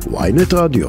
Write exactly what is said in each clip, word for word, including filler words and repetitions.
וויינט רדיו.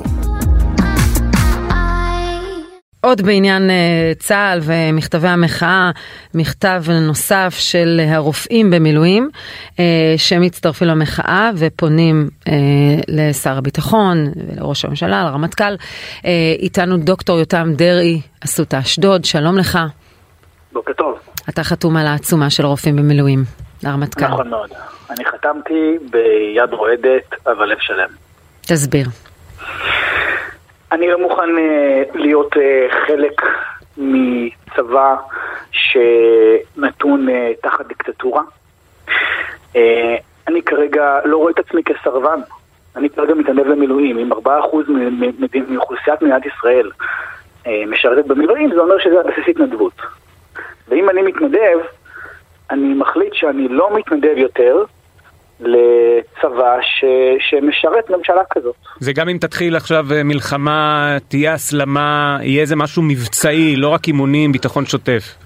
עוד בעניין צה"ל ומכתבי המחאה, מכתב נוסף של הרופאים במילואים שמצטרפים למחאה ופונים לשר הביטחון ולראש הממשלה, לרמטכ"ל. איתנו דוקטור יותם דרעי, אסותא אשדוד, שלום לך. בוקר טוב. אתה חתום על העצומה של רופאים במילואים, לרמטכ"ל. נכון מאוד. אני חתמתי ביד רועדת, אבל לב שלם. תסביר. אני לא מוכן uh, להיות uh, חלק מצבא שנתון uh, תחת דיקטטורה. Uh, אני כרגע לא רואה את עצמי כסרבן. אני כרגע מתנדב למילואים. אם ארבעה אחוז מאוכלוסיית מדינת ישראל uh, משרתת במילואים, זה אומר שזה בסיס התנדבות. ואם אני מתנדב, אני מחליט שאני לא מתנדב יותר לצבא ש... שמשרת ממשלה כזאת. זה גם אם תתחיל עכשיו מלחמה, תהיה הסלמה, יהיה איזה משהו מבצעי, לא רק אימונים, ביטחון שוטף.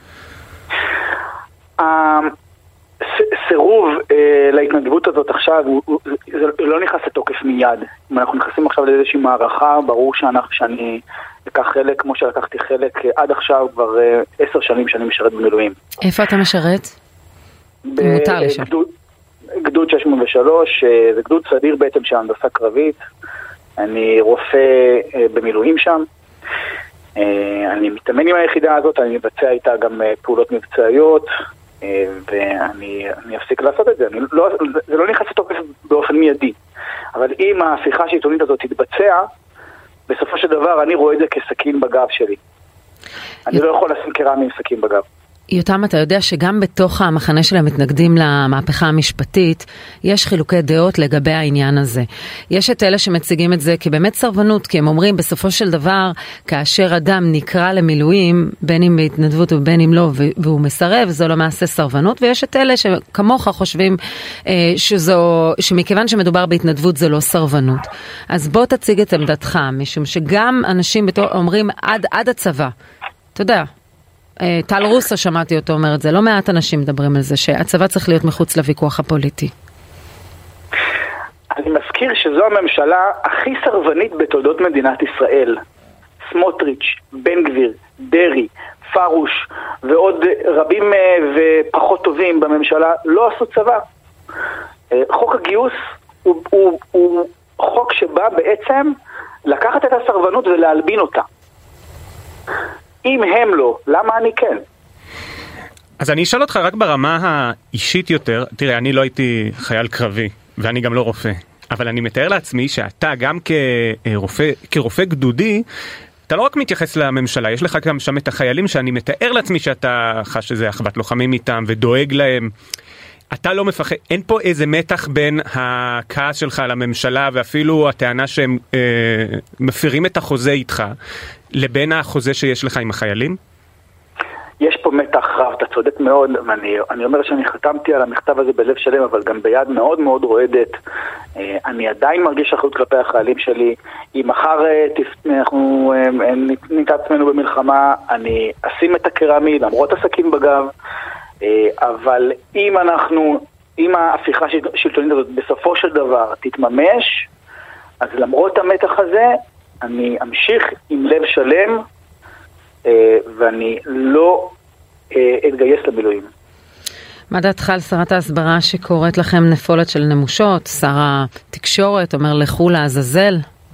הסירוב להתנדבות הזאת עכשיו, זה לא נכנס לתוקף מיד. אם אנחנו נכנסים עכשיו לאיזושהי מערכה, ברור שאנחנו, שאני אקח חלק, כמו שלקחתי חלק עד עכשיו, כבר עשר שנים שאני משרת במילואים. איפה אתה משרת? מותר לשם. גדוד שש מאות ושלוש, זה גדוד סדיר בעצם של הנדסה קרבית. אני רופא במילואים שם. אני מתאמן עם היחידה הזאת, אני מבצע איתה גם פעולות מבצעיות, ואני אני אפסיק לעשות את זה. אני לא, זה לא נכנס לתוקף באופן מיידי. אבל אם ההפיכה השלטונית הזאת תתבצע, בסופו של דבר אני רואה את זה כסכין בגב שלי. אני לא יכול לשים קרמי עם סכין בגב. יותם, אתה יודע שגם בתוך המחנה שלהם מתנגדים למהפכה המשפטית, יש חילוקי דעות לגבי העניין הזה. יש את אלה שמציגים את זה כבאמת סרבנות, כי הם אומרים בסופו של דבר, כאשר אדם נקרא למילואים, בין אם בהתנדבות ובין אם לא, והוא מסרב, זו למעשה סרבנות, ויש את אלה שכמוך חושבים שזו, שמכיוון שמדובר בהתנדבות זה לא סרבנות. אז בוא תציג את עמדתך, משום שגם אנשים אומרים עד, עד הצבא, אתה יודע, טל רוסה שמעתי אותו אומר את זה, לא מעט אנשים מדברים על זה, שהצבא צריך להיות מחוץ לוויכוח הפוליטי. אני מזכיר שזו הממשלה הכי סרבנית בתולדות מדינת ישראל. סמוטריץ', בן גביר, דרי, פרוש ועוד רבים ופחות טובים בממשלה לא עשו צבא. חוק הגיוס הוא, הוא, הוא חוק שבא בעצם לקחת את הסרבנות ולהלבין אותה. אם הם לא, למה אני כן? אז אני אשאל אותך רק ברמה האישית יותר. תראה, אני לא הייתי חייל קרבי, ואני גם לא רופא. אבל אני מתאר לעצמי שאתה גם כרופא, כרופא גדודי, אתה לא רק מתייחס לממשלה, יש לך גם שם את החיילים שאני מתאר לעצמי שאתה חש איזה אחוות לוחמים איתם ודואג להם. אתה לא מפחד, אין פה איזה מתח בין הכעס שלך על הממשלה ואפילו הטענה שהם אה, מפירים את החוזה איתך לבין החוזה שיש לך עם החיילים? יש פה מתח רב, אתה צודק מאוד. אני, אני אומר שאני חתמתי על המכתב הזה בלב שלם, אבל גם ביד מאוד מאוד רועדת. אה, אני עדיין מרגיש אחריות כלפי החיילים שלי. אם מחר אה, אנחנו אה, ניתן עצמנו במלחמה, אני אשים את הקרמי למרות הסכין בגב. אבל אם אנחנו, אם ההפיכה השלטונית הזאת בסופו של דבר תתממש, אז למרות המתח הזה, אני אמשיך עם לב שלם, ואני לא אתגייס למילואים. מה דעתך על שרת ההסברה שקוראת לכם נפולת של נמושות? שר התקשורת אומר לכו לעזאזל?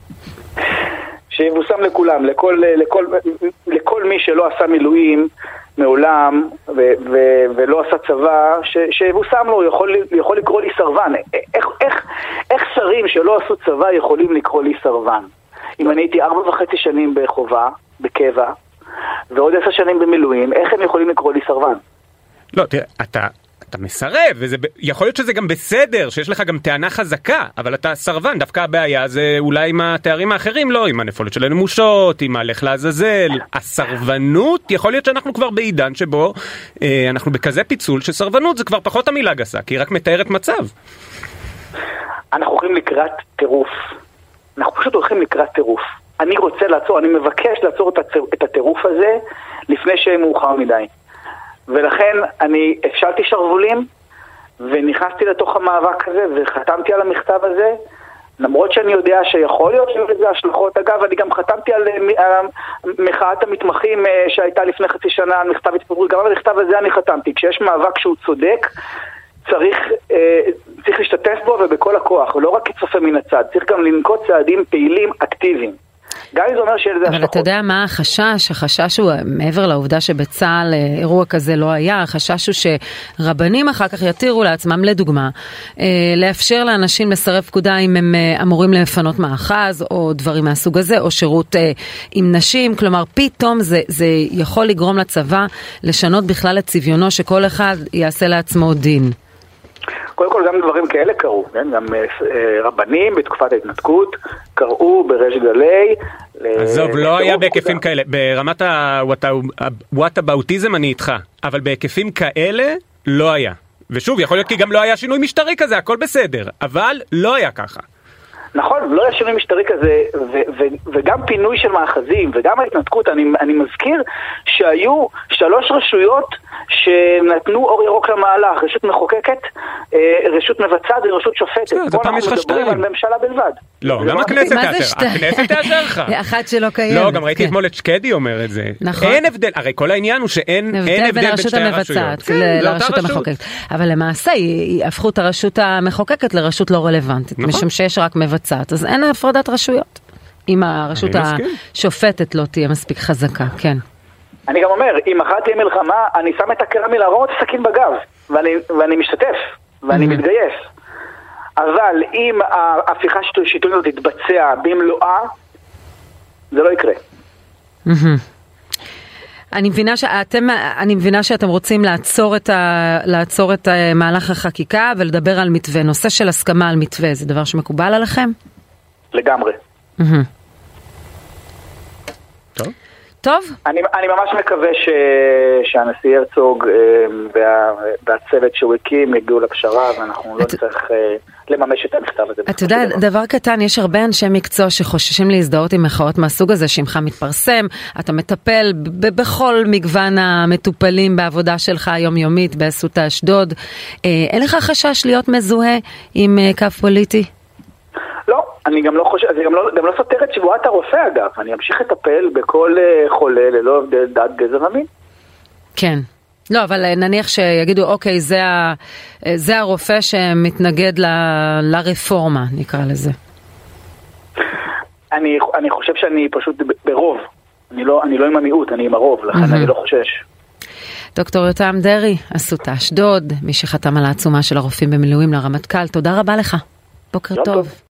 שיבוסם לכולם, לכל, לכל, לכל מי שלא עשה מילואים מעולם ו- ו- ולא עשה צבא, ש- שיבוסם לו, יכול, יכול לקרוא לי סרבן. איך, איך, איך שרים שלא עשו צבא יכולים לקרוא לי סרבן? אם אני הייתי ארבע וחצי שנים בחובה, בקבע, ועוד עשר שנים במילואים, איך הם יכולים לקרוא לי סרבן? לא, תראה, אתה... אתה מסרב, וזה, יכול להיות שזה גם בסדר, שיש לך גם טענה חזקה, אבל אתה סרבן, דווקא הבעיה זה אולי עם התארים האחרים, לא, עם הנפולת של הנמושות, עם הלך לעזאזל. הסרבנות, יכול להיות שאנחנו כבר בעידן שבו אה, אנחנו בכזה פיצול, שסרבנות זה כבר פחות המילה גסה, כי היא רק מתארת מצב. אנחנו הולכים לקראת טירוף. אנחנו פשוט הולכים לקראת טירוף. אני רוצה לעצור, אני מבקש לעצור את הטירוף הזה לפני שיהיה מאוחר מדי. ולכן אני הפשלתי שרבולים ונכנסתי לתוך המאבק הזה וחתמתי על המכתב הזה, למרות שאני יודע שיכול להיות לזה השלכות. אגב, אני גם חתמתי על מחאת המתמחים שהייתה לפני חצי שנה, על מכתב התפטרות, גם על המכתב הזה אני חתמתי. כשיש מאבק שהוא צודק, צריך, צריך להשתתף בו ובכל הכוח, לא רק כצופה מן הצד, צריך גם לנקוט צעדים פעילים אקטיביים. גם אם זה אומר שיהיה לזה השלכות. אבל אתה יודע מה החשש? החשש הוא, מעבר לעובדה שבצה"ל אירוע כזה לא היה, החשש הוא שרבנים אחר כך יתירו לעצמם, לדוגמה, לאפשר לאנשים לסרב פקודה אם הם אמורים לפנות מאחז, או דברים מהסוג הזה, או שירות עם נשים, כלומר, פתאום זה, זה יכול לגרום לצבא לשנות בכלל את צביונו, שכל אחד יעשה לעצמו דין. קודם כל גם דברים כאלה קרו, כן? גם רבנים בתקופת ההתנתקות קראו בריש גלי. עזוב, לא היה בהיקפים כאלה. ברמת הוואטאבאוטיזם אני איתך, אבל בהיקפים כאלה לא היה. ושוב, יכול להיות כי גם לא היה שינוי משטרי כזה, הכל בסדר, אבל לא היה ככה. נכון, לא היה שינוי משטרי כזה, ו- ו- וגם פינוי של מאחזים, וגם ההתנתקות, אני, אני מזכיר שהיו שלוש רשויות שנתנו אור ירוק למהלך, רשות מחוקקת, רשות מבצעת ורשות שופטת. פה אנחנו מדברים על ממשלה בלבד. לא, גם הכנסת תאשר, הכנסת תאשר לך. אחת שלא קיימת. לא, גם ראיתי אתמול את שקדי אומר את זה. נכון. אין הבדל, הרי כל העניין הוא שאין הבדל בין שתי הרשויות. לרשות המחוקקת. אבל למעשה, הפכו את הרשות המחוקקת לרשות לא רלוונטית, משום שיש רק מבצעת, אז אין הפרדת רשויות. אם הרשות השופטת לא תהיה מספיק חזקה, כן. אני גם אומר, אם אחת תהיה מלחמה, אני שם את הקרע מלהראות סכין בגב, ואני, ואני משתתף, ואני מתגייס. אבל אם ההפיכה השלטונית תתבצע במלואה, זה לא יקרה. אני מבינה שאתם, אני מבינה שאתם רוצים לעצור את ה, לעצור את מהלך החקיקה ולדבר על מתווה. נושא של הסכמה על מתווה, זה דבר שמקובל עליכם? לגמרי. טוב. טוב. אני, אני ממש מקווה ש, שהנשיא הרצוג וה, והצוות שהוא הקים יגיעו לפשרה, ואנחנו לא נצטרך לממש את המכתב הזה. אתה יודע, דבר קטן, יש הרבה אנשי מקצוע שחוששים להזדהות עם מחאות מהסוג הזה, שמך מתפרסם, אתה מטפל בכל מגוון המטופלים בעבודה שלך היומיומית באסותא אשדוד. אין לך חשש להיות מזוהה עם קו פוליטי? לא, אני גם לא חושב, זה גם לא, גם לא סותר את שבועת הרופא אגב, אני אמשיך לטפל בכל חולה ללא הבדל דת, גזע ומין. כן. לא, אבל נניח שיגידו, אוקיי, זה, ה, זה הרופא שמתנגד ל, לרפורמה, נקרא לזה. אני, אני חושב שאני פשוט ברוב, אני לא, אני לא עם המיעוט, אני עם הרוב, לכן אני לא חושש. דוקטור יותם דרעי, אסותא אשדוד, מי שחתם על העצומה של הרופאים במילואים לרמטכ"ל, תודה רבה לך. בוקר טוב.